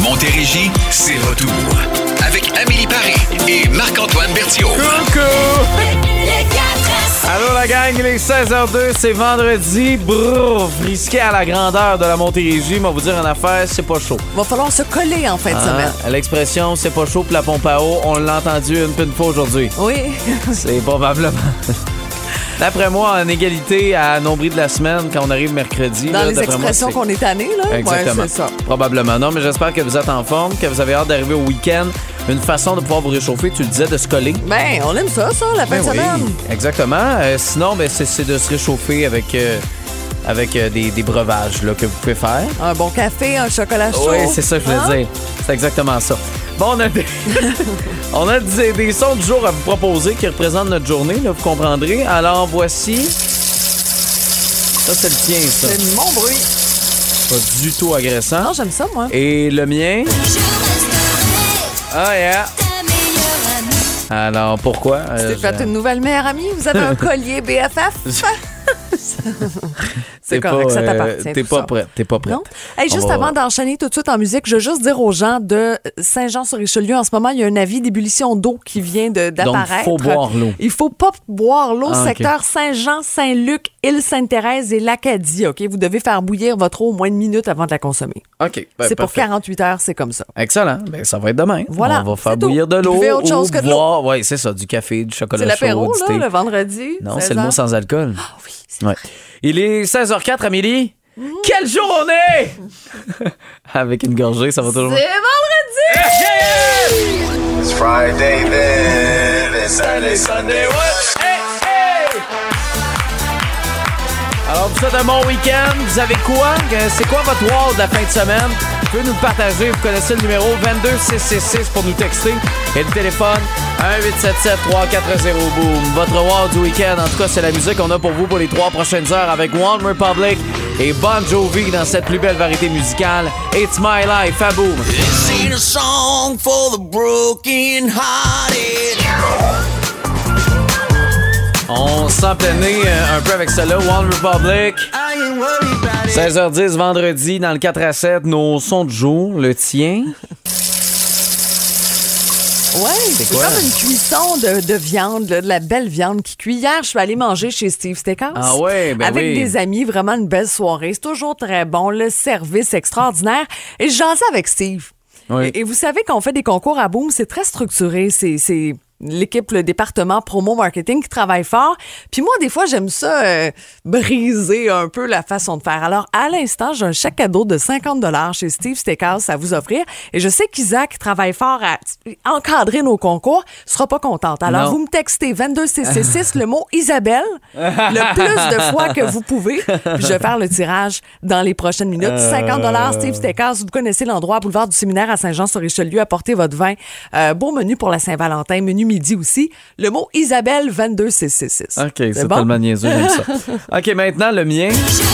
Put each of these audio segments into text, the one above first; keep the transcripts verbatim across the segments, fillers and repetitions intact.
Montérégie, c'est retour. Avec Amélie Paris et Marc-Antoine Berthiaume. Coucou! Allô la gang, il est seize heures deux, c'est vendredi. Brrr, risqué à la grandeur de la Montérégie, mais on va vous dire une affaire, c'est pas chaud. Va falloir se coller en fin de Ah, semaine. l'expression c'est pas chaud pour la pompe à eau, on l'a entendu une, une fois aujourd'hui. Oui. C'est probablement... D'après moi, en égalité à nombril de la semaine, quand on arrive mercredi. Dans là, les expressions moi, qu'on est tanné, là. Exactement. Ouais, c'est ça. Probablement. Non, mais j'espère que vous êtes en forme, que vous avez hâte d'arriver au week-end. Une façon de pouvoir vous réchauffer, tu le disais, de se coller. Ben, on aime ça, ça, la fin Ben de oui, semaine. exactement. Euh, sinon, ben, c'est, c'est de se réchauffer avec, euh, avec euh, des, des breuvages là, que vous pouvez faire. Un bon café, un chocolat chaud. Oui, c'est ça que je voulais Hein? dire. C'est exactement ça. Bon, on a, des, on a des, des sons du jour à vous proposer qui représentent notre journée, là, vous comprendrez. Alors, voici... Ça, c'est le tien, ça. C'est mon bruit. Pas du tout agressant. Non, j'aime ça, moi. Et le mien? Ah, yeah. Alors, pourquoi? Tu Euh, t'es fait je- une nouvelle meilleure amie? Vous avez un collier B F F? C'est T'es correct, pas, ça euh, t'appartient. T'es tout pas ça. prête. T'es pas prête. Non? Hey, juste On va- avant d'enchaîner tout de suite en musique, je veux juste dire aux gens de Saint-Jean-sur-Richelieu, en ce moment, il y a un avis d'ébullition d'eau qui vient de, d'apparaître. Donc, faut boire l'eau. Il faut pas boire l'eau. Ah, ok. Secteur Saint-Jean, Saint-Luc, Île-Sainte-Thérèse et l'Acadie. OK? Vous devez faire bouillir votre eau au moins une minute avant de la consommer. OK. ben, c'est pour parfait. quarante-huit heures, c'est comme ça. Excellent. Ben, ça va être demain. Voilà, On va faire c'est tout. bouillir de l'eau. Buvez autre chose ou que de l'eau. boire... Oui, c'est ça. Du café, du chocolat C'est l'apéro, chaud, du là, thé. le vendredi. Non, seize c'est le mot heures. sans alcool. Ah oui, c'est Ouais. Il est seize heures quatre, Amélie. Quelle journée! Avec une gorgée, ça va toujours... C'est vendredi! It's Friday then, it's Saturday, Sunday, what? Hey, hey! Alors, vous faites un bon week-end. Vous avez quoi? Euh, C'est quoi votre wow de la fin de semaine? Vous pouvez nous le partager. Vous connaissez le numéro vingt-deux six six six pour nous texter. Et le téléphone un huit sept sept trois quatre zéro boom. Votre wow du week-end, en tout cas, c'est la musique qu'on a pour vous pour les trois prochaines heures avec One Republic et Bon Jovi dans cette plus belle variété musicale. It's My Life, à boom. This ain't a song for the broken hearted. On s'en planait euh, un peu avec cela. One Republic. I ain't worried about it. seize heures dix vendredi dans le quatre à sept. Nos sons du jour, le tien. Ouais, c'est quoi? comme une cuisson de, de viande, là, de la belle viande qui cuit. Hier, je suis allée manger chez Steve Steakhouse. Ah ouais, ben avec oui. des amis, vraiment une belle soirée. C'est toujours très bon, le service extraordinaire. Et je jasais avec Steve. Oui. Et, et vous savez qu'on fait des concours à Boom, c'est très structuré, c'est... c'est l'équipe, le département promo marketing qui travaille fort. Puis moi, des fois, j'aime ça euh, briser un peu la façon de faire. Alors, à l'instant, j'ai un chèque cadeau de cinquante dollars chez Steve Steakhouse à vous offrir. Et je sais qu'Isaac qui travaille fort à encadrer nos concours sera pas contente. Alors, Non. vous me textez vingt-deux six six six le mot Isabelle le plus de fois que vous pouvez. Puis je vais faire le tirage dans les prochaines minutes. cinquante dollars Steve Steakhouse. Vous connaissez l'endroit, boulevard du Séminaire à Saint-Jean-sur-Richelieu. Apportez votre vin. Euh, beau menu pour la Saint-Valentin. Menu midi aussi. Le mot Isabelle vingt-deux six six six. OK, c'est, bon? tellement niaiseux, j'aime ça. OK, maintenant, le mien.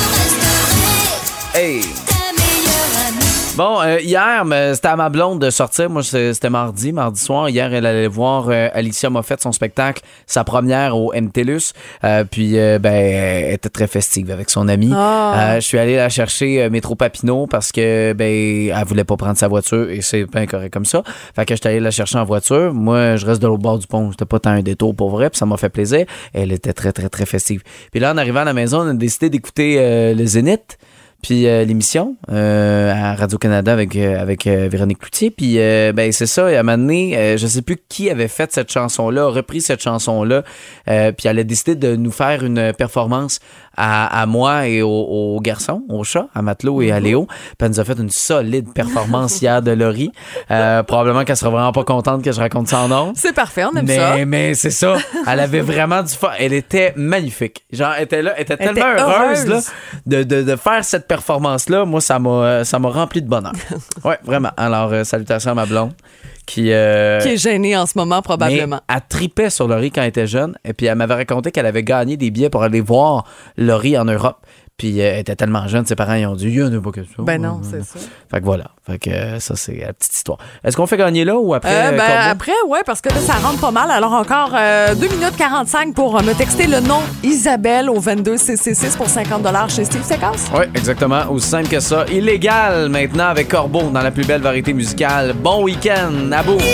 Hey! Bon, euh, hier, mais c'était à ma blonde de sortir. Moi, c'est- c'était mardi, mardi soir. Hier, elle allait voir euh, Alicia Moffett, son spectacle, sa première au M T L U S. Euh, puis, euh, ben, elle était très festive avec son amie. Ah. Euh, je suis allé la chercher euh, métro Papineau parce que, ben, elle voulait pas prendre sa voiture et c'est bien correct comme ça. Fait que j'étais allé la chercher en voiture. Moi, je reste de l'autre bord du pont. C'était pas tant un détour pour vrai, puis ça m'a fait plaisir. Elle était très, très, très festive. Puis là, en arrivant à la maison, on a décidé d'écouter euh, le Zénith. Puis euh, l'émission euh, à Radio-Canada avec, euh, avec euh, Véronique Cloutier. Puis euh, ben c'est ça, et à un moment donné, euh, je sais plus qui avait fait cette chanson-là, a repris cette chanson-là, euh, puis elle a décidé de nous faire une performance à, à moi et aux, aux garçons, aux chats, à Matelot et à Léo. Puis elle nous a fait une solide performance hier de Laurie. Euh, probablement qu'elle sera vraiment pas contente que je raconte ça en ondes. C'est parfait, on aime mais, ça. mais c'est ça. Elle avait vraiment du fun. Elle était magnifique. Genre, elle était là, elle était Elle tellement était heureuse, heureuse. là, de, de, de faire cette performance-là. Moi, ça m'a, ça m'a rempli de bonheur. Ouais, vraiment. Alors, euh, salutations à ma blonde. Qui, euh, Qui est gêné en ce moment, probablement. mais elle tripait sur Laurie quand elle était jeune. Et puis, elle m'avait raconté qu'elle avait gagné des billets pour aller voir Laurie en Europe. Puis euh, elle était tellement jeune, ses parents ils ont dit, il y en a pas que ça. Ben non, c'est ça. Fait que voilà. Fait que euh, ça, c'est la petite histoire. Est-ce qu'on fait gagner là ou après? Euh, ben, Corbeau? après, ouais, parce que là, ça rentre pas mal. Alors, encore euh, deux minutes quarante-cinq pour euh, me texter le nom Isabelle au vingt-deux six six six pour cinquante dollars chez Steve Séquence. Oui, exactement. Aussi simple que ça. Illégal maintenant avec Corbeau dans la plus belle variété musicale. Bon week-end, à bout.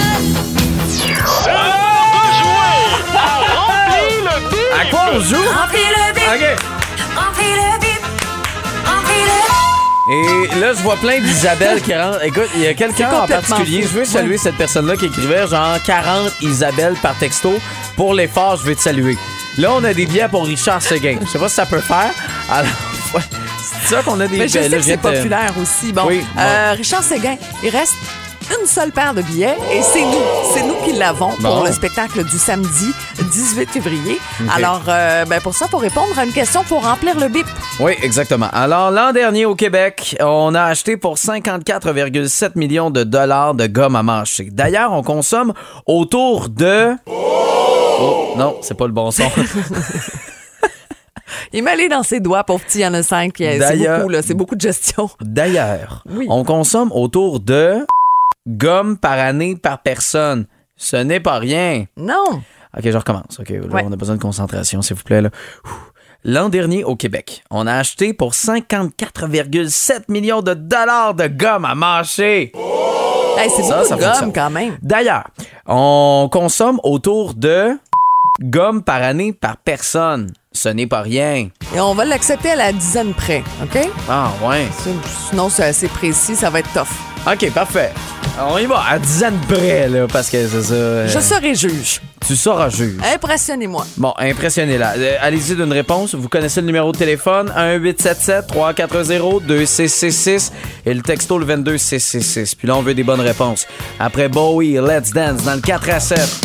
À quoi on joue? Remplis le bip, OK. remplis le bip, remplis le Et là, je vois plein d'Isabelle qui rentrent. Écoute, il y a quelqu'un C'est en complètement particulier. fou. Je veux saluer Ouais. cette personne-là qui écrivait genre quarante Isabelle par texto. Pour l'effort, je vais te saluer. Là, on a des billets pour Richard Seguin. Je sais pas si ça peut faire. Alors, ouais, c'est ça qu'on a des Mais je billets. sais Là, que c'est viens de- populaire aussi. Bon, Oui, bon. euh, Richard Séguin, il reste une seule paire de billets et c'est nous, c'est nous qui l'avons Bon. pour le spectacle du samedi dix-huit février. Alors, euh, ben pour ça, pour répondre à une question, il faut remplir le bip. Oui, exactement. Alors, l'an dernier au Québec, on a acheté pour cinquante-quatre virgule sept millions de dollars de gomme à mâcher. D'ailleurs, on consomme autour de... Oh, non, c'est pas le bon son. Il est mêlé dans ses doigts, pauvre petit, il y en a cinq. puis, euh, C'est D'ailleurs- beaucoup, là, c'est beaucoup de gestion. D'ailleurs, Oui. on consomme autour de gomme par année par personne. Ce n'est pas rien. Non. OK, je recommence. OK, là, Ouais. on a besoin de concentration, s'il vous plaît. Là. Ouh. L'an dernier, au Québec, on a acheté pour cinquante-quatre virgule sept millions de dollars de gomme à mâcher. Hey, c'est Ça, beaucoup ça de gomme fonctionne. quand même. D'ailleurs, on consomme autour de gomme par année par personne. Ce n'est pas rien. Et on va l'accepter à la dizaine près, OK? Ah, ouais. Sinon, c'est assez précis, ça va être tough. OK, parfait. On y va à dizaine près, là, parce que c'est ça. euh, Je serai juge. Tu sauras juge. Impressionnez-moi. Bon, impressionnez-la. Euh, allez-y d'une réponse. Vous connaissez le numéro de téléphone un huit sept sept trois quatre zéro deux six six six et le texto le vingt-deux six six six. Puis là, on veut des bonnes réponses. Après Bowie, Let's Dance dans le quatre à sept.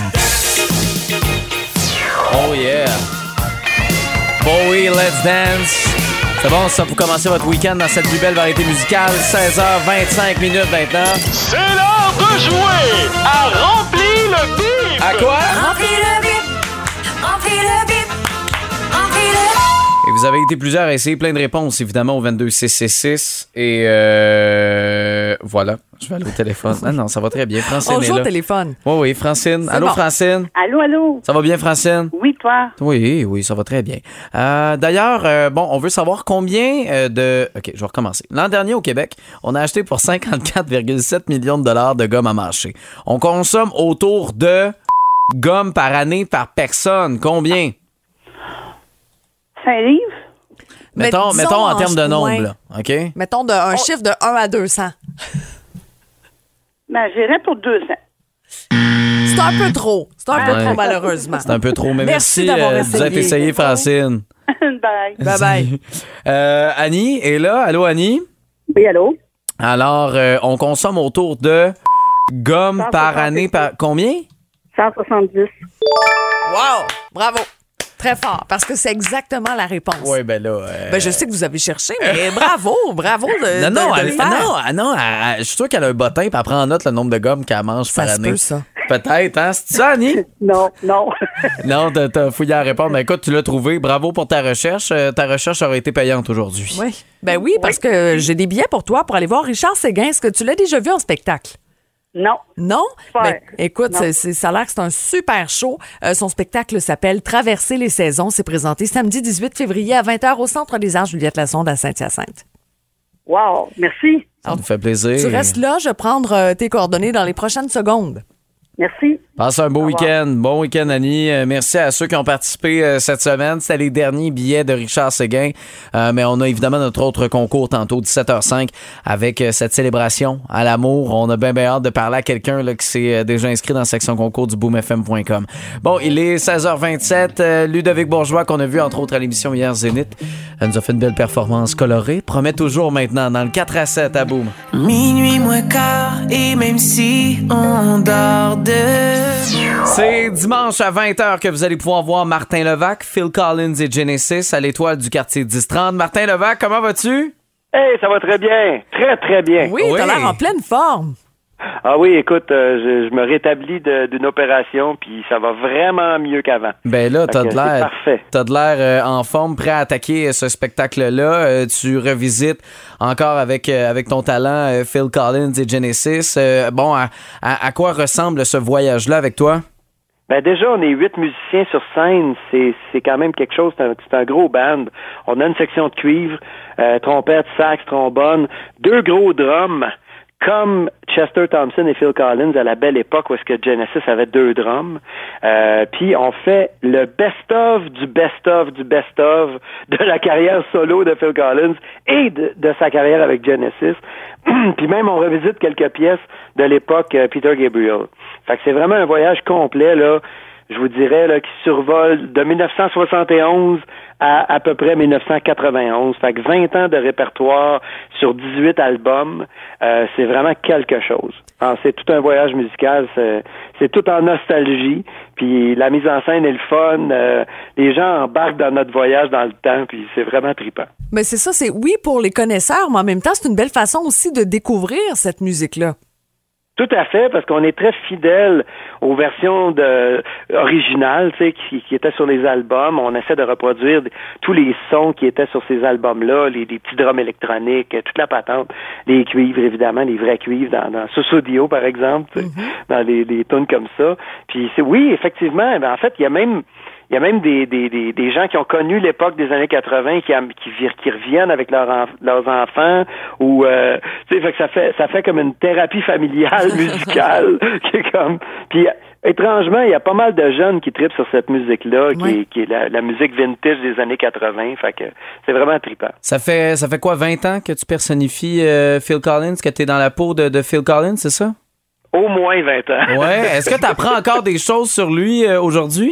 Oh yeah. Bowie, Let's Dance. C'est bon, ça pour commencer votre week-end dans cette plus belle variété musicale. seize heures vingt-cinq minutes maintenant. C'est l'heure de jouer à Remplis le bip! À quoi? remplis le bip, remplis le bip, remplis le Et vous avez été plusieurs à essayer plein de réponses, évidemment, au vingt-deux six six six. Et euh, voilà, je vais aller au téléphone. Ah non, ça va très bien. Francine On est joue au là. téléphone. Oui, oui, Francine. C'est Allô, bon. Francine? Allô, allô? Ça va bien, Francine? Oui, toi? Oui, oui, ça va très bien. Euh, D'ailleurs, euh, bon, on veut savoir combien euh, de... OK, je vais recommencer. L'an dernier, au Québec, on a acheté pour cinquante-quatre virgule sept millions de dollars de gomme à mâcher. On consomme autour de gomme par année par personne. Combien? Cinq livres? Mais Mettons, disons mettons en en- termes de nombre, ouais. là. OK? Mettons de, un chiffre de un à deux cents. Ben, j'irais pour deux cents. C'est un peu trop. C'est un peu Ouais. trop, malheureusement. C'est un peu trop, mais Merci merci, d'avoir euh, de vous être essayé. essayé, Francine. Bye. Bye-bye. Euh, Annie est là. Allô, Annie? Oui, allô? Alors, euh, on consomme autour de gomme cent par soixante-dix. année. Par... Combien? cent soixante-dix. Wow! Bravo! Très fort, parce que c'est exactement la réponse. Oui, ben là... euh, Ben, je sais que vous avez cherché, mais bravo! Bravo de, Non, de- non, de elle, le faire. non, ah, non, elle- elle- je suis sûr qu'elle a un bottin et elle prend en note le nombre de gommes qu'elle mange Ça par se année. peut, ça. Peut-être, hein? C'est ça, Annie? Non, non. Non, t'as, t'as fouillé à répondre. Mais écoute, tu l'as trouvé. Bravo pour ta recherche. Euh, ta recherche aurait été payante aujourd'hui. Oui. Ben oui, parce que j'ai des billets pour toi pour aller voir Richard Séguin. Est-ce que tu l'as déjà vu en spectacle? Non. Non? Super. Ben, écoute, Non. c'est- c'est- ça a l'air que c'est un super show. Euh, son spectacle s'appelle Traverser les saisons. C'est présenté samedi dix-huit février à vingt heures au Centre des Arts Juliette Lassonde à Saint-Hyacinthe. Wow, merci. Ça nous fait plaisir. Tu restes là, je vais prendre euh, tes coordonnées dans les prochaines secondes. Merci. Passe un beau Au revoir. week-end. Bon week-end, Annie. Euh, merci à ceux qui ont participé euh, cette semaine. C'était les derniers billets de Richard Séguin. Euh, mais on a évidemment notre autre concours tantôt, dix-sept heures cinq, avec euh, cette célébration à l'amour. On a bien, bien hâte de parler à quelqu'un là, qui s'est euh, déjà inscrit dans la section concours du boom f m point com. Bon, il est seize heures vingt-sept. Euh, Ludovic Bourgeois, qu'on a vu entre autres à l'émission hier Zénith, elle nous a fait une belle performance colorée. Promet toujours maintenant dans le quatre à sept à Boom. Minuit moins quart, et même si on dort de... C'est dimanche à vingt heures que vous allez pouvoir voir Martin Levac, Phil Collins et Genesis à l'étoile du quartier dix trente. Martin Levac, comment vas-tu? Hey, ça va très bien. Très, très bien. Oui, Oui. t'as l'air en pleine forme. Ah oui, écoute, euh, je, je me rétablis de- d'une opération, puis ça va vraiment mieux qu'avant. Ben là, t'as Fait de que c'est l'air, parfait. t'as de l'air euh, en forme, prêt à attaquer ce spectacle-là. Euh, tu revisites encore avec euh, avec ton talent euh, Phil Collins et Genesis. Euh, bon, à, à, à quoi ressemble ce voyage-là avec toi? Ben déjà, on est huit musiciens sur scène. C'est c'est quand même quelque chose. C'est un, c'est un gros band. On a une section de cuivre, euh, trompette, sax, trombone, deux gros drums, comme Chester Thompson et Phil Collins à la belle époque où est-ce que Genesis avait deux drums. Euh, puis on fait le best-of du best-of du best-of de la carrière solo de Phil Collins et de, de sa carrière avec Genesis. Puis même on revisite quelques pièces de l'époque euh, Peter Gabriel. Fait que c'est vraiment un voyage complet là. Je vous dirais là qui survole de dix-neuf cent soixante et onze à à peu près dix-neuf cent quatre-vingt-onze. Fait que vingt ans de répertoire sur dix-huit albums, euh, c'est vraiment quelque chose. Alors, c'est tout un voyage musical, c'est, c'est tout en nostalgie, puis la mise en scène est le fun, euh, les gens embarquent dans notre voyage dans le temps, puis c'est vraiment trippant. Mais c'est ça, c'est oui pour les connaisseurs, mais en même temps, c'est une belle façon aussi de découvrir cette musique-là. Tout à fait, parce qu'on est très fidèle aux versions de, originales, tu sais, qui, qui étaient sur les albums. On essaie de reproduire d- tous les sons qui étaient sur ces albums-là, les, les petits drums électroniques, toute la patente, les cuivres, évidemment, les vrais cuivres dans, dans Sussudio, par exemple, tu sais, mm-hmm. dans les, les tunes comme ça. Puis c'est, oui, effectivement, ben, en fait, il y a même... Il y a même des, des, des, des gens qui ont connu l'époque des années quatre-vingts qui, qui, qui reviennent avec leurs, enf- leurs enfants ou euh, tu sais, fait que ça fait ça fait comme une thérapie familiale musicale qui est comme puis étrangement, il y a pas mal de jeunes qui trippent sur cette musique-là, qui, Ouais. est, qui est la, la musique vintage des années quatre-vingts, fait que c'est vraiment trippant. Ça fait ça fait quoi, vingt ans que tu personnifies euh, Phil Collins, que t'es dans la peau de, de Phil Collins, c'est ça? Au moins vingt ans. Ouais. Est-ce que tu apprends encore des choses sur lui euh, aujourd'hui?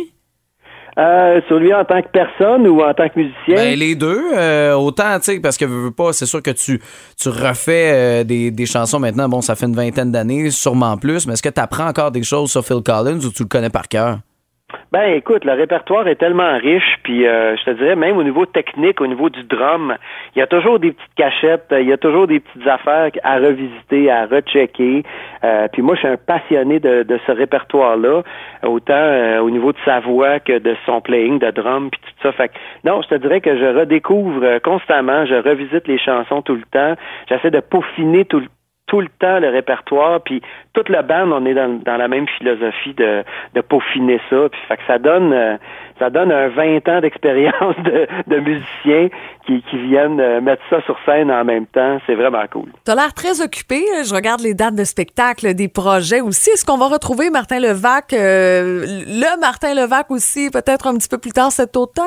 Euh, sur lui en tant que personne ou en tant que musicien? Ben, les deux. Euh, autant, tu sais, parce que veux, veux pas, c'est sûr que tu, tu refais euh, des, des chansons maintenant. Bon, ça fait une vingtaine d'années, sûrement plus. Mais est-ce que tu apprends encore des choses sur Phil Collins ou tu le connais par cœur? Ben écoute, le répertoire est tellement riche, puis euh, je te dirais même au niveau technique, au niveau du drum, il y a toujours des petites cachettes, il y a toujours des petites affaires à revisiter, à rechecker. Euh, puis moi, je suis un passionné de, de ce répertoire-là, autant euh, au niveau de sa voix que de son playing de drum, puis tout ça. Fait que non, je te dirais que je redécouvre euh, constamment, je revisite les chansons tout le temps, j'essaie de peaufiner tout le tout le temps le répertoire, puis toute la bande, on est dans, dans la même philosophie de, de peaufiner ça, puis fait que ça donne euh, ça donne un vingt ans d'expérience de, de musiciens qui, qui viennent euh, mettre ça sur scène en même temps, c'est vraiment cool. T'as l'air très occupé. Je regarde les dates de spectacle, des projets aussi. Est-ce qu'on va retrouver Martin Levac, euh, le Martin Levac aussi, peut-être un petit peu plus tard cet automne?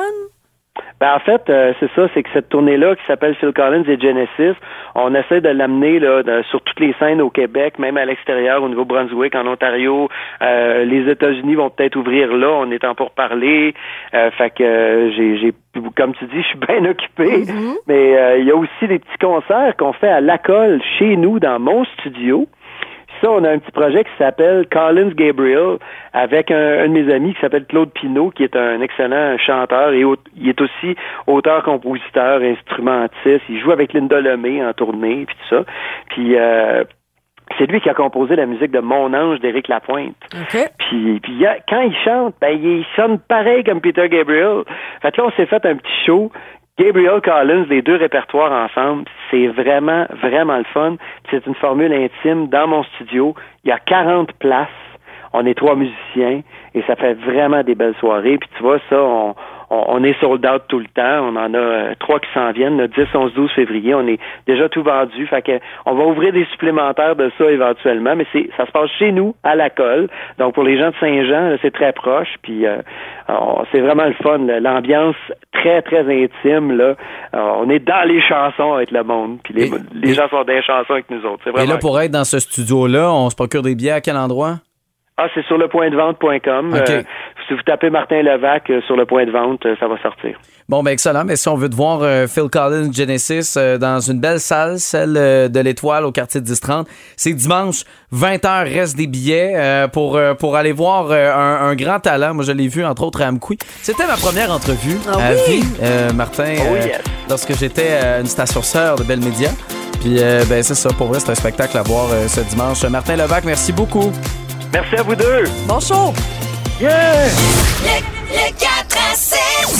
Ben en fait, euh, c'est ça, c'est que cette tournée-là qui s'appelle Phil Collins et Genesis, on essaie de l'amener là de, sur toutes les scènes au Québec, même à l'extérieur, au Nouveau-Brunswick, en Ontario. Euh, les États-Unis vont peut-être ouvrir là, on est en pourparlers. Euh, fait que euh, j'ai, j'ai, comme tu dis, je suis bien occupé. Mm-hmm. Mais euh, il y a aussi des petits concerts qu'on fait à l'Acole, chez nous, dans mon studio. Ça, on a un petit projet qui s'appelle Collins Gabriel avec un, un de mes amis qui s'appelle Claude Pinault, qui est un excellent chanteur et au, il est aussi auteur-compositeur, instrumentiste. Il joue avec Linda Lemay en tournée, puis tout ça. Puis euh, c'est lui qui a composé la musique de Mon Ange d'Éric Lapointe. Okay. Puis, puis il a, quand il chante, ben il sonne pareil comme Peter Gabriel. Fait que là, on s'est fait un petit show. Gabriel Collins, les deux répertoires ensemble, c'est vraiment, vraiment le fun. C'est une formule intime dans mon studio. Il y a quarante places. On est trois musiciens et ça fait vraiment des belles soirées. Puis tu vois, ça, on, on, on est sold out tout le temps. On en a euh, trois qui s'en viennent, le dix, onze, douze février. On est déjà tout vendu. Fait que on va ouvrir des supplémentaires de ça éventuellement, mais c'est ça se passe chez nous, à la Colle. Donc pour les gens de Saint-Jean, là, c'est très proche. Puis euh, on, c'est vraiment le fun. Là. L'ambiance très, très intime. Là. Alors, on est dans les chansons avec le monde. Puis les, et, les et, gens sont dans les chansons avec nous autres. C'est vraiment et là, pour être dans ce studio-là, on se procure des billets à quel endroit? Ah, c'est sur le point de vente point com. Okay. Euh, si vous tapez Martin Levac euh, sur le point de vente, euh, ça va sortir. Bon, ben excellent. Mais si on veut te voir euh, Phil Collins Genesis euh, dans une belle salle, celle euh, de l'Étoile au quartier de dix trente, c'est dimanche, vingt heures, reste des billets euh, pour, euh, pour aller voir euh, un, un grand talent. Moi, je l'ai vu, entre autres, à Amkoui. C'était ma première entrevue ah à oui? vie, euh, Martin, oh, euh, yes. lorsque j'étais à une station sœur de Bell Media. Puis, euh, ben, c'est ça. Pour vrai, c'est un spectacle à voir euh, ce dimanche. Martin Levac, merci beaucoup. Merci à vous deux. Bon show! Yeah! Les, les quatre à sept.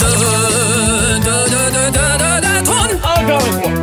Encore une fois.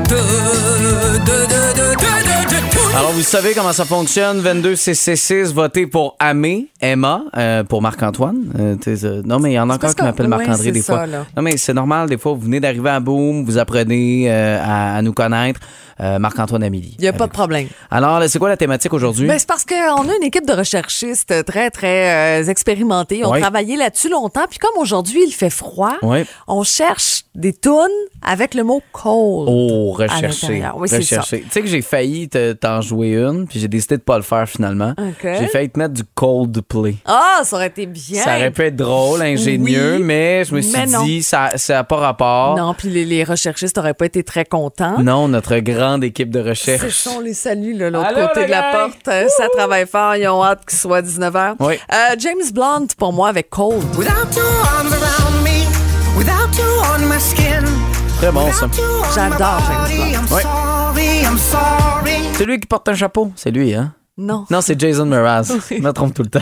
Alors, vous savez comment ça fonctionne. vingt-deux C C six, votez pour Amé, Emma, euh, pour Marc-Antoine. Euh, euh, non, mais il y en a encore qui m'appellent Marc-André ouais, des ça, fois. là. Non, mais c'est normal. Des fois, vous venez d'arriver à Boom, vous apprenez euh, à, à nous connaître. Euh, Marc-Antoine Amélie. Il n'y a pas de problème. Alors, là, c'est quoi la thématique aujourd'hui? Ben, c'est parce qu'on a une équipe de recherchistes très, très euh, expérimentés. Ils ont Oui. travaillé là-dessus longtemps. Puis comme aujourd'hui, il fait froid, Oui. on cherche des tunes avec le mot cold. Oh, à rechercher. l'intérieur. Oui, c'est ça. rechercher. Tu sais que j'ai failli te- t'en jouer une, puis j'ai décidé de pas le faire finalement. OK. J'ai failli te mettre du Coldplay. Ah, ça aurait été bien. Ça aurait pu être drôle, ingénieux, Oui, mais je me suis mais non. dit, ça n'a pas rapport. Non, puis les, les recherchistes n'auraient pas été très contents. Non, notre grande équipe de C'est recherche. ça, on les salue, là, l'autre Allô, côté la de la gang! porte. Euh, Ça travaille fort. Ils ont hâte qu'il soit dix-neuf heures. Oui. Euh, James Blunt, pour moi, avec Cold. Without your arms around me, without you on my skin. Très bon, ça. J'adore James Blunt. I'm Ouais. sorry, I'm sorry. C'est lui qui porte un chapeau. C'est lui, hein? Non. Non, c'est Jason Mraz. Je me trompe tout le temps.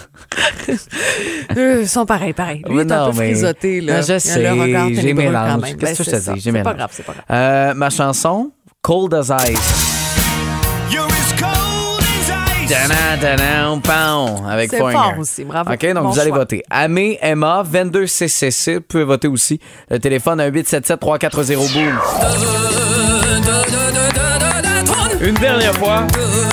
Eux ils sont pareils, pareils. Lui, Oui, il est un non, peu mais- frisoté, là. Non, je Il a sais, le regard j'ai ténébreux mélange. quand même. Qu'est-ce que Ben, je te c'est dis? ça. J'ai C'est pas mélange. grave, c'est pas grave. Euh, ma chanson, Cold as Ice. You're as cold as ice. Dana, dana, pound, avec C'est Foreigner. fort aussi, bravo. OK, donc Bon vous allez choix. voter. Amé, Emma, vingt-deux C C C. Vous pouvez voter aussi. Le téléphone à huit sept sept trois quatre zéro boom. Une dernière fois.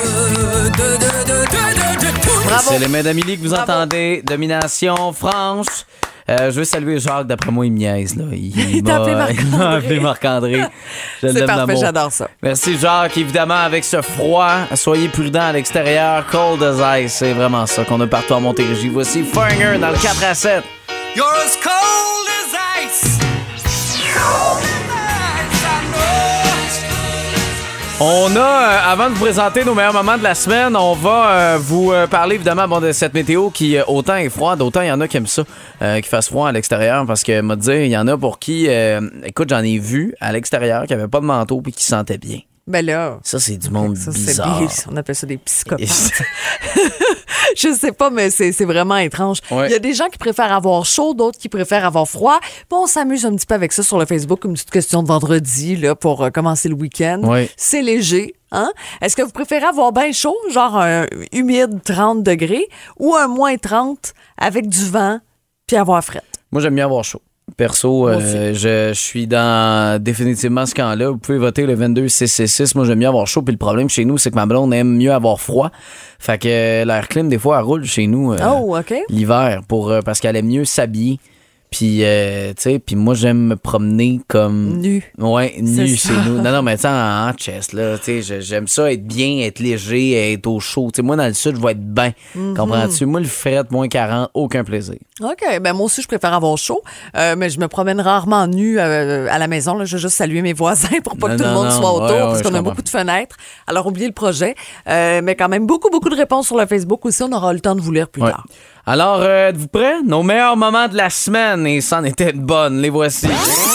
Bravo. C'est les mains d'Amélie que vous Bravo. entendez. Domination franche. Euh, je veux saluer Jacques, d'après moi, il me niaise. Là. Il, Il t'a appelé m'a- Marc-André. il m'a appelé Marc-André. Je C'est l'aime parfait, d'amour. j'adore ça. Merci Jacques. Évidemment, avec ce froid, soyez prudents à l'extérieur. Cold as ice, c'est vraiment ça qu'on a partout en Montérégie. Voici Foreigner dans le quatre à sept. You're as cold as ice. Cold as ice, I know. On a, euh, avant de vous présenter nos meilleurs moments de la semaine, on va euh, vous euh, parler évidemment bon, de cette météo qui euh, autant est froide, autant il y en a qui aiment ça, euh, qui fasse froid à l'extérieur, parce que, m'a dire, il y en a pour qui, euh, écoute, j'en ai vu à l'extérieur qui n'avaient pas de manteau puis qui sentaient bien. Ben là. Ça, c'est du monde Ça, c'est bizarre. des- on appelle ça des psychopathes. Je sais pas, mais c'est c'est vraiment étrange. Ouais. Il y a des gens qui préfèrent avoir chaud, d'autres qui préfèrent avoir froid. Bon, on s'amuse un petit peu avec ça sur le Facebook, une petite question de vendredi là, pour euh, commencer le week-end. Ouais. C'est léger. Hein? Est-ce que vous préférez avoir bien chaud, genre un humide trente degrés, ou un moins trente avec du vent puis avoir fret? Moi, j'aime bien avoir chaud. Perso, Moi euh, je, je suis dans définitivement ce camp-là. Vous pouvez voter le vingt-deux C C six. Moi, j'aime bien avoir chaud. Puis le problème chez nous, c'est que ma blonde aime mieux avoir froid. Fait que euh, l'air clim, des fois, elle roule chez nous euh, Oh, OK. l'hiver pour, euh, parce qu'elle aime mieux s'habiller. Puis, euh, tu sais, puis moi, j'aime me promener comme... Nu. Ouais, nu C'est chez ça. nous. Non, non, mais tu sais, en, en chest, là, tu sais, je- j'aime ça être bien, être léger, être au chaud. Tu sais, moi, dans le sud, je vais être bien. Mm-hmm. Comprends-tu? Moi, le fret, moins quarante, aucun plaisir. OK. Ben moi aussi, je préfère avoir chaud, euh, mais je me promène rarement nue euh, à la maison. Là. Je vais juste saluer mes voisins pour pas Non, que tout le non, monde non. soit autour, Ouais, ouais, parce je qu'on a comprends. beaucoup de fenêtres. Alors, oubliez le projet. Euh, mais quand même, beaucoup, beaucoup de réponses sur le Facebook aussi. On aura le temps de vous lire plus Ouais. tard. Alors, euh, êtes-vous prêts? Nos meilleurs moments de la semaine, et c'en était de bonnes, les voici.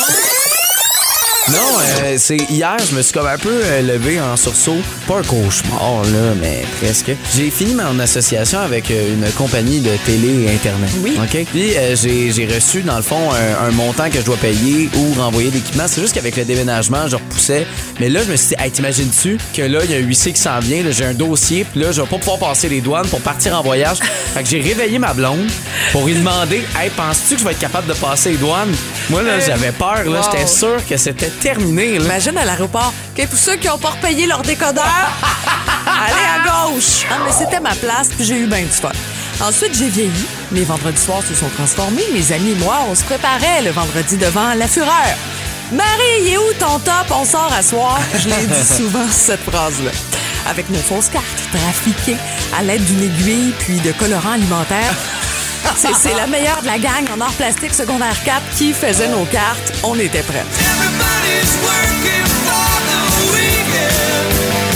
Non, euh, c'est hier, je me suis comme un peu euh, levé en sursaut. Pas un cauchemar, là, mais presque. J'ai fini mon association avec euh, une compagnie de télé et Internet. Oui. OK? Puis euh, j'ai, j'ai reçu, dans le fond, un, un montant que je dois payer ou renvoyer d'équipement. C'est juste qu'avec le déménagement, je repoussais. Mais là, je me suis dit, hey, t'imagines-tu que là, il y a un huissier qui s'en vient, là, j'ai un dossier, puis là, je vais pas pouvoir passer les douanes pour partir en voyage. Fait que j'ai réveillé ma blonde pour lui demander, hey, penses-tu que je vais être capable de passer les douanes? Moi, là, j'avais peur, là. Wow. J'étais sûr que c'était terminé, là. Imagine à l'aéroport, que tous ceux qui ont pas repayé leur décodeur, allez à gauche. Ah, mais c'était ma place, puis j'ai eu bien du fun. Ensuite, j'ai vieilli. Mes vendredis soirs se sont transformés. Mes amis et moi, on se préparait le vendredi devant la fureur. Marie, il est où ton top? On sort à soir. Je l'ai dit souvent, cette phrase-là. Avec nos fausses cartes trafiquées à l'aide d'une aiguille puis de colorants alimentaires. C'est, c'est la meilleure de la gang en art plastique secondaire quatre qui faisait nos cartes. On était prêts. Everybody's working for the weekend.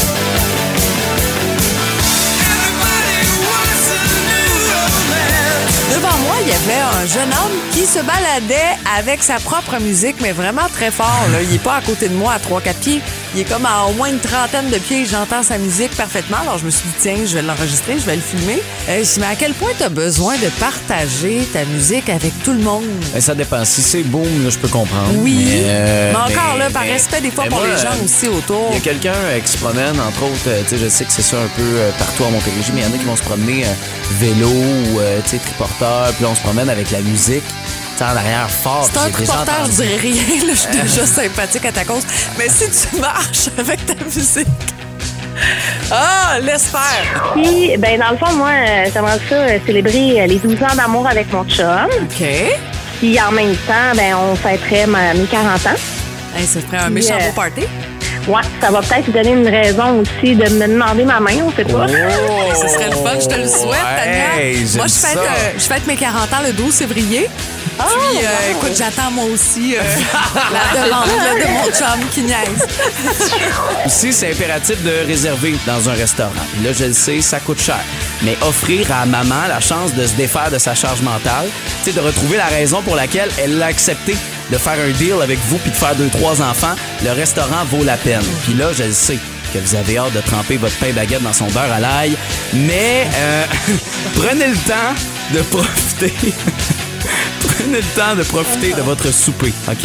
Everybody wants a new romance. Devant moi, il y avait un jeune homme qui se baladait avec sa propre musique, mais vraiment très fort. Là. Il est pas à côté de moi à trois quatre pieds. Il est comme à au moins une trentaine de pieds. J'entends sa musique parfaitement. Alors, je me suis dit, tiens, je vais l'enregistrer, je vais le filmer. Euh, je dis, mais à quel point tu as besoin de partager ta musique avec tout le monde? Ben, ça dépend. Si c'est boom, là, je peux comprendre. Oui. Mais, euh, mais encore, mais, là, par mais, respect des fois mais pour moi, les gens aussi autour. Il y a quelqu'un euh, qui se promène, entre autres, euh, tu sais, je sais que c'est ça un peu euh, partout à Montérégie, mais il y en a qui vont se promener euh, vélo ou, euh, tu sais, triporteur, puis là, on se promène avec la musique. En arrière fort. C'est un triporteur, je dirais rien. Là, je suis déjà sympathique à ta cause. Mais si tu marches avec ta musique... Ah, laisse faire. Puis, ben dans le fond, moi, euh, j'aimerais ça euh, célébrer euh, les douze ans d'amour avec mon chum. OK. Puis en même temps, ben on fêterait ma, mes quarante ans. Hey, ça ferait un méchant euh, beau party. Ouais, ça va peut-être lui donner une raison aussi de me demander ma main, on sait pas. Oh, ce serait le fun, je te le souhaite, Tania. Hey, moi, je fête, euh, je fête mes quarante ans le douze février. Oh, Puis, euh, wow. écoute, j'attends moi aussi euh, la demande là, de mon chum qui niaise. Aussi, c'est impératif de réserver dans un restaurant. Là, je le sais, ça coûte cher. Mais offrir à maman la chance de se défaire de sa charge mentale, tu sais, de retrouver la raison pour laquelle elle l'a accepté de faire un deal avec vous puis de faire deux, trois enfants, le restaurant vaut la peine. Puis là, je le sais que vous avez hâte de tremper votre pain baguette dans son beurre à l'ail, mais euh, prenez le temps de profiter. Prenez le temps de profiter de votre souper, OK?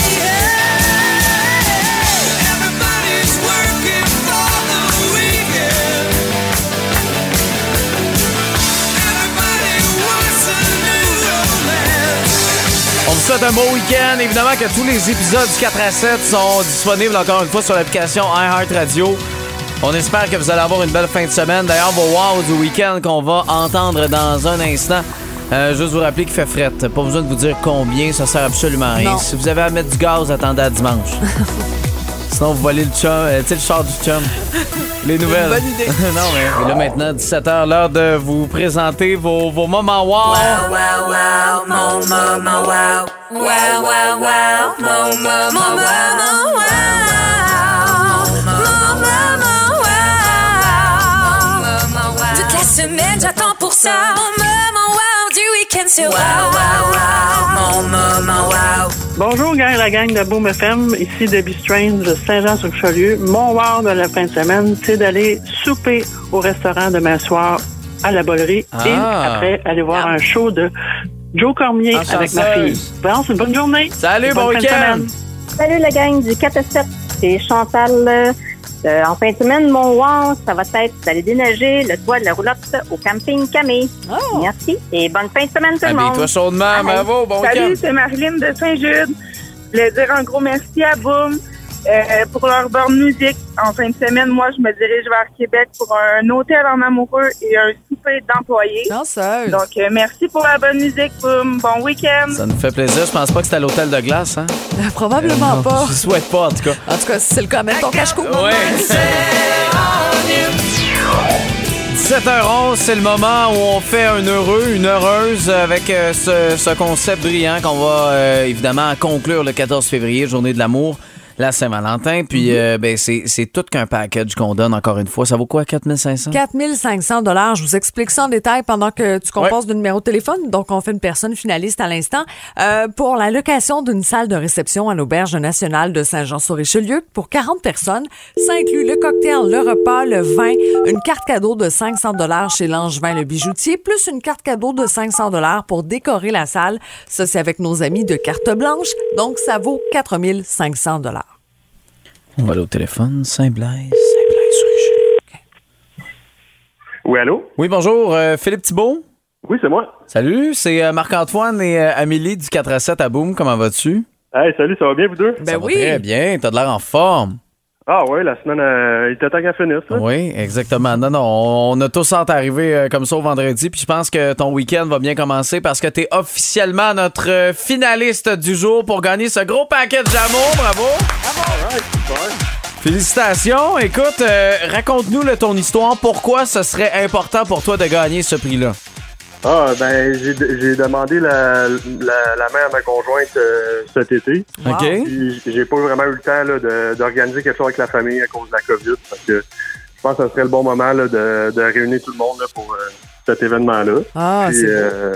On vous souhaite un beau week-end. Évidemment que tous les épisodes du quatre à sept sont disponibles encore une fois sur l'application iHeartRadio. On espère que vous allez avoir une belle fin de semaine. D'ailleurs, vos wow du week-end qu'on va entendre dans un instant. Euh, juste vous rappeler qu'il fait fret. Pas besoin de vous dire combien, ça sert absolument à rien. Non. Si vous avez à mettre du gaz, attendez à dimanche. Sinon, vous volez le chum, euh, tu sais, le char du chum. Les nouvelles. Bonne idée. non, mais, mais là, maintenant, dix-sept heures, l'heure de vous présenter vos, vos moments wow. Wow, wow, wow, mon moment wow. Wow, wow, wow, mon moment wow. Mon moment wow. Toute la semaine, j'attends pour ça. Mon moment wow du week-end sur wow, wow, wow, mon moment wow. Bonjour, gang, la gang de Boom F M. Ici Debbie Strange de Saint-Jean-sur-Richelieu. Mon wow de la fin de semaine, c'est d'aller souper au restaurant demain soir à la Bollerie Ah. et après aller voir un show de Joe Cormier Ah, avec ma chanceuse. fille. Bon, c'est une bonne journée. Salut, Et bon bonne fin de week-end. semaine. Salut la gang du quatre à sept, c'est Chantal. Euh, en fin de semaine, mon wow, ça va être d'aller déneiger le toit de la roulotte au camping Camille. Oh. Merci et bonne fin de semaine tout le monde. Habille-toi chaudement, Bye. bravo, bon Salut, week-end. c'est Marilyn de Saint-Jude. Je voulais dire un gros merci à Boom euh, pour leur bonne musique. En fin de semaine, moi, je me dirige vers Québec pour un hôtel en amoureux et un souper d'employés. Chanceuse. Donc, euh, merci pour la bonne musique, Boom. Bon week-end. Ça nous fait plaisir. Je pense pas que c'était à l'hôtel de glace, hein? Euh, probablement Non, pas. Je souhaite pas, en tout cas. En tout cas, si c'est le cas, mets ton cache-cou. Ouais. dix-sept heures onze, c'est le moment où on fait un heureux, une heureuse avec euh, ce, ce concept brillant qu'on va euh, évidemment conclure le quatorze février, journée de l'amour, la Saint-Valentin. Puis euh, ben, c'est, c'est tout qu'un package qu'on donne encore une fois. Ça vaut quoi, quatre mille cinq cents? quatre mille cinq cents dollars. Je vous explique ça en détail pendant que tu composes de numéro de téléphone. Donc, on fait une personne finaliste à l'instant euh, pour la location d'une salle de réception à l'Auberge nationale de Saint-Jean-sur-Richelieu pour quarante personnes. Ça inclut le cocktail, le repas, le vin, une carte cadeau de cinq cents dollars chez Langevin le bijoutier, plus une carte cadeau de cinq cents dollars pour décorer la salle. Ça, c'est avec nos amis de Carte Blanche. Donc, ça vaut quatre mille cinq cents dollars. On va aller au téléphone. Saint-Blaise, Saint-Blaise-sur-Richelieu. Okay. Oui, allô? Oui, bonjour. euh, Philippe Thibault? Oui, c'est moi. Salut, c'est euh, Marc-Antoine et euh, Amélie du quatre à sept à Boom. Comment vas-tu? Hey, salut, ça va bien, vous deux? Ben Ça va oui. très bien. T'as de l'air en forme. Ah oui, la semaine, euh, il était temps qu'elle finisse, là. Oui, exactement. Non, non, on a tous hâte d'arriver euh, comme ça au vendredi. Puis je pense que ton week-end va bien commencer parce que t'es officiellement notre euh, finaliste du jour pour gagner ce gros paquet de d'amour. Bravo! Alright, super. Félicitations. Écoute, euh, raconte-nous là, ton histoire. Pourquoi ce serait important pour toi de gagner ce prix-là? Ah, ben, j'ai, j'ai demandé la, la, la main à ma conjointe euh, cet été. Wow. OK. Puis j'ai pas vraiment eu le temps là, de, d'organiser quelque chose avec la famille à cause de la COVID. Parce que je pense que ce serait le bon moment là, de, de réunir tout le monde là, pour euh, cet événement-là. Ah, Puis, c'est beau. euh,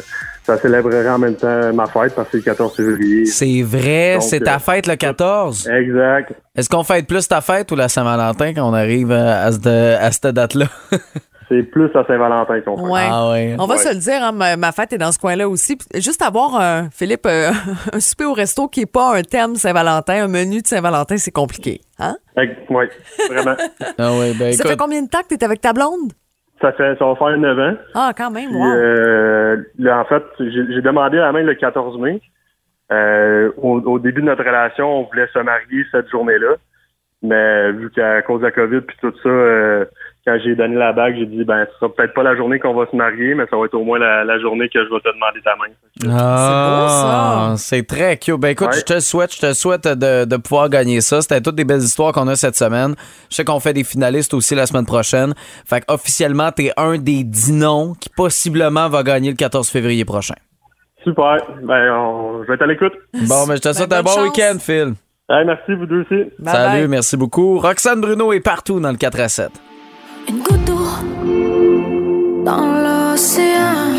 ça célébrerait en même temps ma fête parce que c'est le quatorze février. C'est vrai, Donc, c'est ta fête le quatorze? Exact. Est-ce qu'on fête plus ta fête ou la Saint-Valentin quand on arrive à, à, ce- à cette date-là? C'est plus à Saint-Valentin qu'on fait. Ouais. Ah ouais. On va Ouais. se le dire, hein, ma, ma fête est dans ce coin-là aussi. Puis juste avoir, euh, Philippe, euh, un souper au resto qui n'est pas un thème Saint-Valentin, un menu de Saint-Valentin, c'est compliqué. Hein? Oui, vraiment. Ah ouais, ben Ça écoute, fait combien de temps que tu es avec ta blonde? ça fait, ça va faire neuf ans. Ah, quand même, Puis, wow. euh, là, en fait, j'ai j'ai demandé la main le quatorze mai. Euh, au, au début de notre relation, on voulait se marier cette journée-là. Mais vu qu'à cause de la COVID puis tout ça, euh, quand j'ai donné la bague, j'ai dit, ben, ce sera peut-être pas la journée qu'on va se marier, mais ça va être au moins la, la journée que je vais te demander ta main. Ah, c'est très cute. Ben écoute, Ouais. je te souhaite, je te souhaite de, de pouvoir gagner ça. C'était toutes des belles histoires qu'on a cette semaine. Je sais qu'on fait des finalistes aussi la semaine prochaine. Fait qu'officiellement, t'es un des dix noms qui possiblement va gagner le quatorze février prochain. Super. Ben, on- je vais être à l'écoute. Bon, mais je te souhaite un bonne bon chance. week-end, Phil. Hey, merci, vous deux aussi. Bye Salut, bye. merci beaucoup. Roxane Bruno est partout dans le quatre à sept. Une goutte d'eau dans l'océan.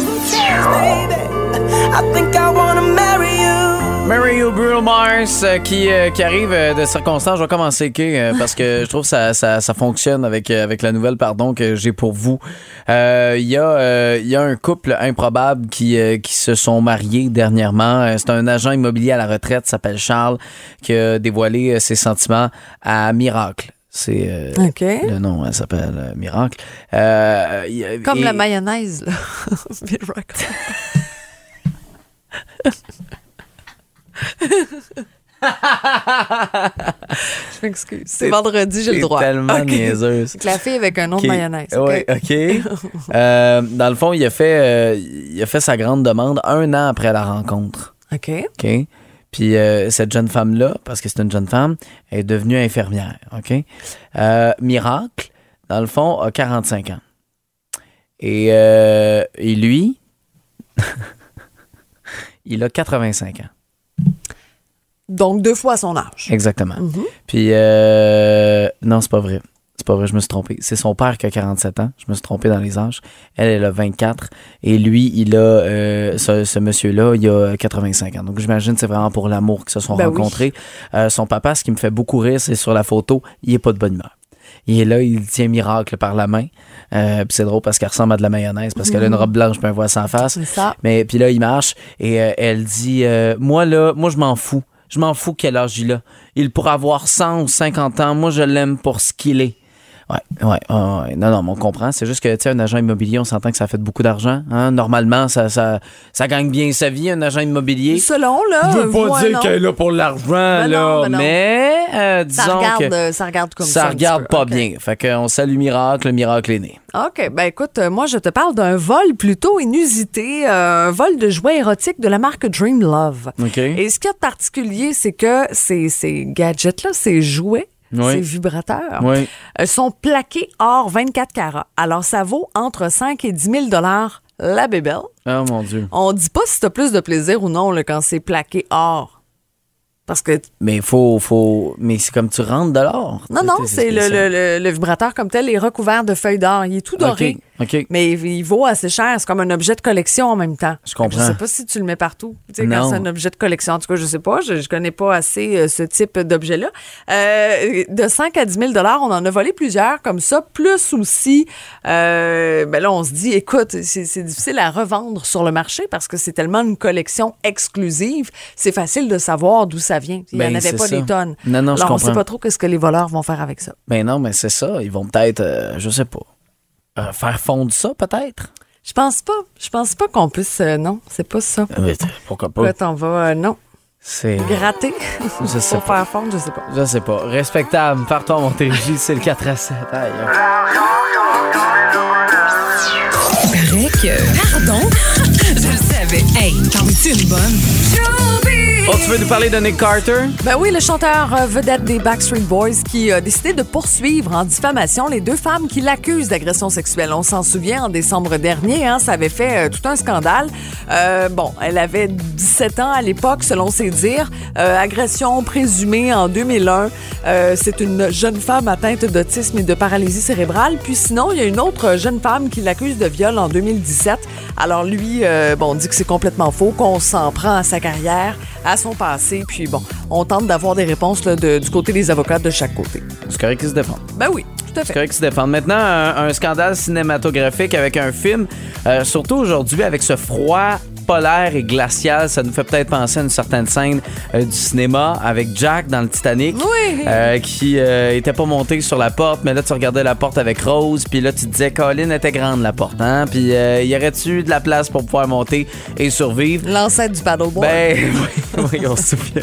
I think I wanna marry you. Mary You, Bruno Mars, euh, qui, euh, qui arrive euh, de circonstances. Je vais commencer, OK, euh, parce que je trouve que ça, ça, ça fonctionne avec, euh, avec la nouvelle, pardon, que j'ai pour vous. Euh, Il y, euh, y a un couple improbable qui, euh, qui se sont mariés dernièrement. Euh, C'est un agent immobilier à la retraite, s'appelle Charles, qui a dévoilé euh, ses sentiments à Miracle. C'est euh, OK. le nom, elle s'appelle euh, Miracle. Euh, y a- Comme et- la mayonnaise, là. Miracle. Je m'excuse. C'est vendredi, j'ai le T'es droit. tellement OK. niaiseuse. C'est que la fille avec un nom OK. de mayonnaise. OK. Oui, OK. Euh, dans le fond, il a, fait, euh, il a fait sa grande demande un an après la rencontre. OK. OK? Puis euh, cette jeune femme-là, parce que c'est une jeune femme, est devenue infirmière. OK? Euh, Miracle, dans le fond, a quarante-cinq ans. Et, euh, et lui, il a quatre-vingt-cinq ans. Donc, deux fois son âge. Exactement. Mhm. Puis, euh, non, c'est pas vrai. C'est pas vrai, je me suis trompé. C'est son père qui a quarante-sept ans. Je me suis trompé dans les âges. Elle, elle a vingt-quatre. Et lui, il a, euh, ce, ce monsieur-là, il a quatre-vingt-cinq ans. Donc, j'imagine que c'est vraiment pour l'amour qu'ils se sont Ben oui. rencontrés. Euh, son papa, ce qui me fait beaucoup rire, c'est sur la photo, il est pas de bonne humeur. Il est là, il tient Miracle par la main. Euh, puis c'est drôle parce qu'elle ressemble à de la mayonnaise parce qu'elle a une robe blanche puis un voile sans face. C'est ça. Mais puis là, il marche et euh, elle dit euh, moi là, moi je m'en fous. Je m'en fous quel âge il a. Il pourra avoir cent ou cinquante ans. Moi, je l'aime pour ce qu'il est. Ouais, ouais, ouais, ouais. Non, non, mais on comprend. C'est juste que, tu sais, un agent immobilier, on s'entend que ça fait beaucoup d'argent. Hein? Normalement, ça, ça, ça gagne bien sa vie, un agent immobilier. Selon, là. Je veux pas moi, dire non. qu'elle est là pour l'argent, Ben là. non, ben non. mais, euh, disons Ça regarde, que euh, ça regarde comme ça. ça un petit regarde peu. pas OK. bien. Fait qu'on salue Miracle, le miracle est né. OK. Ben écoute, euh, moi, je te parle d'un vol plutôt inusité, euh, un vol de jouets érotiques de la marque Dream Love. OK. Et ce qu'il y a de particulier, c'est que ces, ces gadgets-là, ces jouets, Oui. ces vibrateurs, Oui. euh, sont plaqués or vingt-quatre carats. Alors, ça vaut entre cinq et dix mille dollars la bébelle. Oh mon Dieu. On dit pas si t'as plus de plaisir ou non là, quand c'est plaqué or. Parce que Mais faut, faut. Mais c'est comme tu rentres de l'or. non, non, C'est- c'est le, spécial. le, le, le vibrateur comme tel est recouvert de feuilles d'or. Il est tout doré. OK. OK. Mais il, il vaut assez cher. C'est comme un objet de collection en même temps. Je comprends. Je sais pas si tu le mets partout. Tu sais, quand Non. c'est un objet de collection. En tout cas, je sais pas. Je, je connais pas assez euh, ce type d'objet-là. Euh, de cinq à dix mille dollars, on en a volé plusieurs comme ça. Plus aussi, euh, ben là, on se dit, écoute, c'est c'est difficile à revendre sur le marché parce que c'est tellement une collection exclusive. C'est facile de savoir d'où ça vient. Il y Ben, en avait c'est pas ça. des tonnes. Non, non, je Alors, on sait comprends. pas trop qu'est-ce que les voleurs vont faire avec ça. Ben non, mais c'est ça. Ils vont peut-être, euh, je sais pas, euh, faire fondre ça, peut-être. Je pense pas. Je pense pas qu'on puisse. euh, non, c'est pas ça. Euh, mais pourquoi pas? Écoute, on va. euh, non. C'est. Gratter. Je sais Pour pas. faire fondre, je sais pas. Je sais pas. Respectable. Partons à Montérégie, c'est le quatre à sept. Aïe. Paraît que... Pardon? Je le savais. Hey, t'en veux-tu une bonne? Oh, tu veux nous parler de Nick Carter? Ben oui, le chanteur euh, vedette des Backstreet Boys qui a décidé de poursuivre en diffamation les deux femmes qui l'accusent d'agression sexuelle. On s'en souvient, en décembre dernier, hein, ça avait fait euh, tout un scandale. Euh, bon, elle avait dix-sept ans à l'époque, selon ses dires. Euh, agression présumée en deux mille un. Euh, c'est une jeune femme atteinte d'autisme et de paralysie cérébrale. Puis sinon, il y a une autre jeune femme qui l'accuse de viol en deux mille dix-sept. Alors lui, euh, bon, on dit que c'est complètement faux, qu'on s'en prend à sa carrière, à son passé. Puis bon, on tente d'avoir des réponses là, de, du côté des avocats de chaque côté. C'est correct qu'ils se défendent. Ben oui, tout à fait. C'est correct qu'ils se défendent. Maintenant, un, un scandale cinématographique avec un film, euh, surtout aujourd'hui avec ce froid polaire et glacial, ça nous fait peut-être penser à une certaine scène euh, du cinéma avec Jack dans le Titanic, oui. euh, qui euh, était pas monté sur la porte, mais là tu regardais la porte avec Rose, puis là tu te disais Colin était grande la porte, hein, puis euh, y aurait-tu de la place pour pouvoir monter et survivre? L'ancêtre du paddleboard. Ben oui, oui, on se souvient.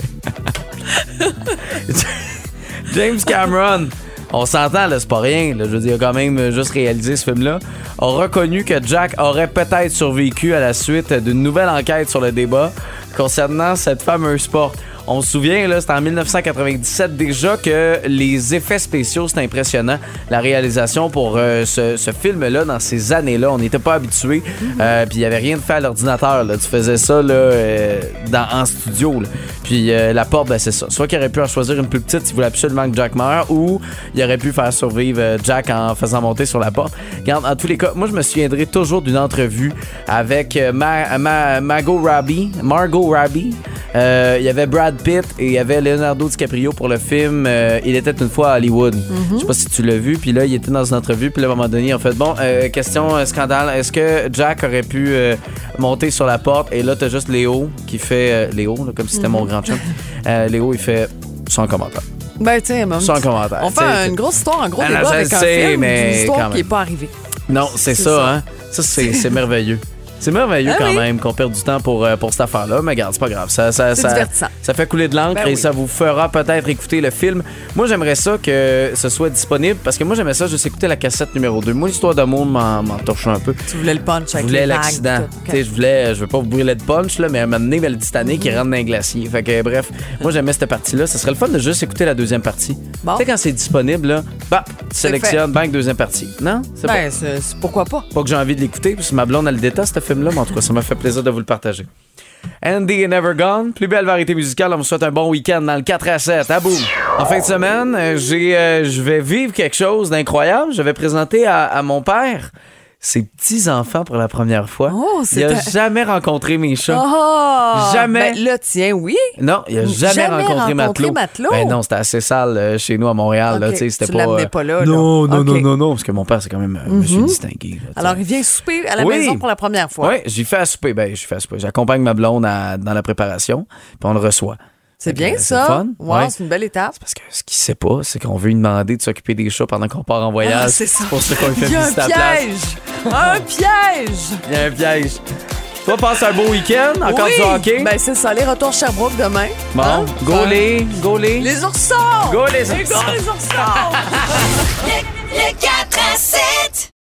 James Cameron, on s'entend, là, c'est pas rien. Là, je veux dire, il a quand même juste réalisé ce film-là. A reconnu que Jack aurait peut-être survécu à la suite d'une nouvelle enquête sur le débat concernant cette fameuse porte. On se souvient, là, c'était en dix-neuf cent quatre-vingt-dix-sept déjà que les effets spéciaux, c'est impressionnant. La réalisation pour euh, ce, ce film-là, dans ces années-là, on n'était pas habitués. Euh, puis il n'y avait rien de fait à l'ordinateur. Là. Tu faisais ça là, euh, dans, en studio. Là. Puis euh, la porte, ben, c'est ça. Soit qu'il aurait pu en choisir une plus petite s'il voulait absolument que Jack meure, ou il aurait pu faire survivre euh, Jack en faisant monter sur la porte. Regarde, en tous les cas, moi, je me souviendrai toujours d'une entrevue avec euh, Ma- Ma- Margot Robbie. Margot Robbie. Euh, il y avait Brad Pitt et il y avait Leonardo DiCaprio pour le film euh, Il était une fois à Hollywood. Mm-hmm. Je sais pas si tu l'as vu. Puis là, il était dans une entrevue. Puis là, à un moment donné, ils ont fait bon, euh, question euh, scandale. Est-ce que Jack aurait pu euh, monter sur la porte? Et là, t'as juste Léo qui fait euh, Léo, là, comme si c'était mm-hmm. mon grand chum. Euh, Léo, il fait sans commentaire. Ben, tu sais, sans commentaire. On fait t'sais, une grosse histoire, un gros ah, débat non, avec un sais, film, mais une histoire qui n'est pas arrivée. Non, c'est, c'est ça, ça, hein. Ça, c'est, c'est merveilleux. C'est merveilleux ah, quand oui. même qu'on perde du temps pour, pour cette affaire-là, mais regarde, c'est pas grave. Ça, ça, c'est ça, divertissant. Ça fait couler de l'encre ben et oui. ça vous fera peut-être écouter le film. Moi, j'aimerais ça que ce soit disponible parce que moi, j'aimais ça juste écouter la cassette numéro deux. Moi, l'histoire d'amour m'en, m'en torche un peu. Tu voulais le punch avec je voulais les l'accident. Vagues, okay. Je voulais, je veux pas vous brûler de punch, là, mais à m'amener vers le Titanic qui mm-hmm. rentre dans un glacier. Fait que bref, moi, j'aimais cette partie-là. Ça serait le fun de juste écouter la deuxième partie. Bon. Tu sais, quand c'est disponible, là, bah, tu sélectionnes, bang, deuxième partie. Non? C'est ben, pas. C'est, c'est, pourquoi pas? Pas que j'ai envie de l'écouter, parce que ma blonde, elle le déteste, ce film-là, mais en tout cas, ça m'a fait plaisir de vous le partager. Andy et Never Gone, plus belle variété musicale. On vous souhaite un bon week-end dans le quatre à sept. À boum! En fin de semaine, j'ai, euh, je vais vivre quelque chose d'incroyable. Je vais présenter à, à mon père ses petits-enfants pour la première fois. Oh, c'est il a un... jamais rencontré mes chats. Oh, jamais. Ben, le tien, oui. Non, il a jamais, jamais rencontré, rencontré Matelot. Matelot. Ben non, c'était assez sale euh, chez nous à Montréal. Okay. Là, c'était tu pas, l'amenais pas là. Non, là. non, okay. non, non, non, parce que mon père, c'est quand même un mm-hmm. monsieur distingué. Là, alors, il vient souper à la oui. maison pour la première fois. Oui, j'y fais à souper. Ben, j'y fais à souper. J'accompagne ma blonde à, dans la préparation, puis on le reçoit. C'est bien euh, ça. C'est fun. Wow, ouais. C'est une belle étape. C'est parce que ce qu'il sait pas, c'est qu'on veut lui demander de s'occuper des chats pendant qu'on part en voyage. Ah, c'est ça. C'est pour ça qu'on lui fait visiter la place. Il y a un piège. Un piège. Il y a un piège. Toi, passe un beau week-end. Encore oui. du hockey. Ben, c'est ça. Les retours Sherbrooke demain. Bon. Hein? Go les. Go les. Les oursons. Go les oursons. Go les oursons. Le quatre à sept.